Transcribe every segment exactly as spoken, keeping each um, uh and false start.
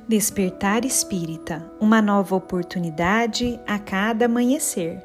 Despertar Espírita, uma nova oportunidade a cada amanhecer.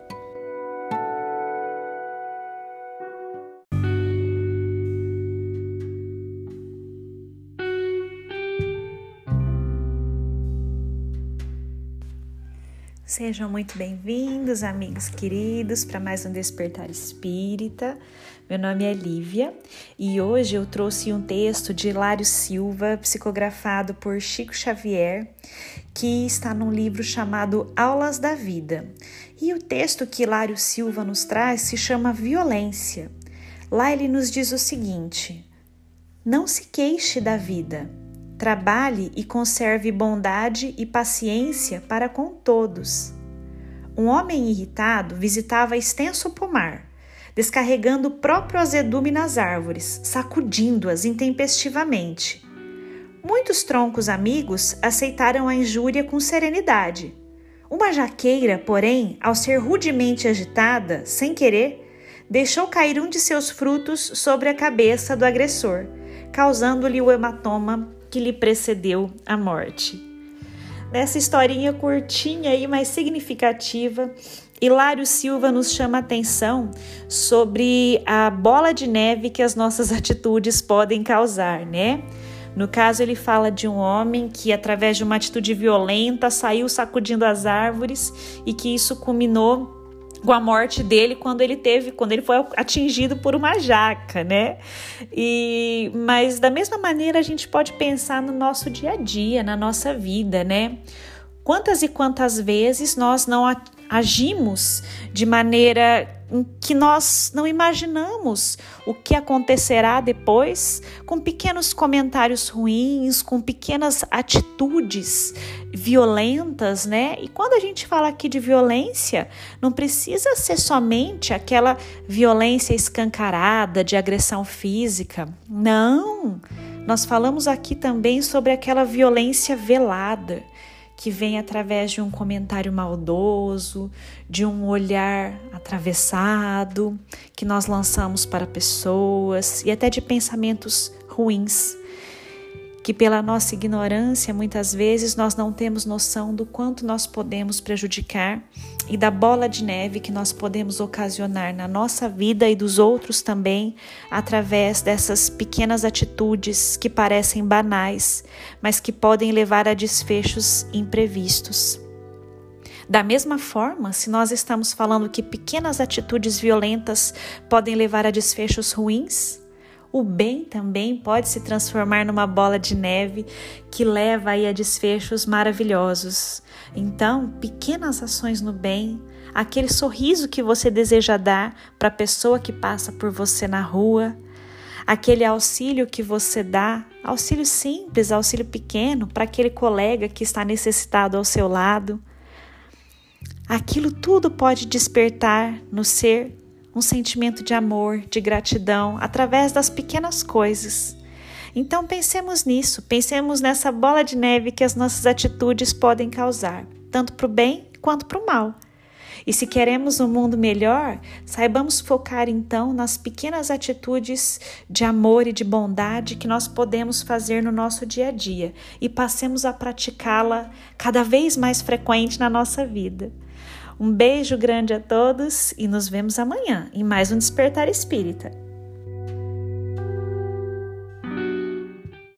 Sejam muito bem-vindos, amigos queridos, para mais um Despertar Espírita. Meu nome é Lívia e hoje eu trouxe um texto de Hilário Silva, psicografado por Chico Xavier, que está num livro chamado Aulas da Vida. E o texto que Hilário Silva nos traz se chama Violência. Lá ele nos diz o seguinte: não se queixe da vida. Trabalhe e conserve bondade e paciência para com todos. Um homem irritado visitava extenso pomar, descarregando o próprio azedume nas árvores, sacudindo-as intempestivamente. Muitos troncos amigos aceitaram a injúria com serenidade. Uma jaqueira, porém, ao ser rudemente agitada, sem querer, deixou cair um de seus frutos sobre a cabeça do agressor, causando-lhe o hematoma que lhe precedeu a morte. Nessa historinha curtinha e mais significativa, Hilário Silva nos chama a atenção sobre a bola de neve que as nossas atitudes podem causar, né? No caso, ele fala de um homem que, através de uma atitude violenta, saiu sacudindo as árvores e que isso culminou com a morte dele quando ele teve, quando ele foi atingido por uma jaca, né? E, mas da mesma maneira a gente pode pensar no nosso dia a dia, na nossa vida, né? Quantas e quantas vezes nós não agimos de maneira em que nós não imaginamos o que acontecerá depois, com pequenos comentários ruins, com pequenas atitudes violentas, né? E quando a gente fala aqui de violência, não precisa ser somente aquela violência escancarada de agressão física. Não! Nós falamos aqui também sobre aquela violência velada, que vem através de um comentário maldoso, de um olhar atravessado, que nós lançamos para pessoas e até de pensamentos ruins, que pela nossa ignorância, muitas vezes, nós não temos noção do quanto nós podemos prejudicar e da bola de neve que nós podemos ocasionar na nossa vida e dos outros também, através dessas pequenas atitudes que parecem banais, mas que podem levar a desfechos imprevistos. Da mesma forma, se nós estamos falando que pequenas atitudes violentas podem levar a desfechos ruins, o bem também pode se transformar numa bola de neve que leva aí a desfechos maravilhosos. Então, pequenas ações no bem, aquele sorriso que você deseja dar para a pessoa que passa por você na rua, aquele auxílio que você dá, auxílio simples, auxílio pequeno para aquele colega que está necessitado ao seu lado, aquilo tudo pode despertar no ser um sentimento de amor, de gratidão, através das pequenas coisas. Então pensemos nisso, pensemos nessa bola de neve que as nossas atitudes podem causar, tanto para o bem quanto para o mal. E se queremos um mundo melhor, saibamos focar então nas pequenas atitudes de amor e de bondade que nós podemos fazer no nosso dia a dia e passemos a praticá-la cada vez mais frequente na nossa vida. Um beijo grande a todos e nos vemos amanhã em mais um Despertar Espírita.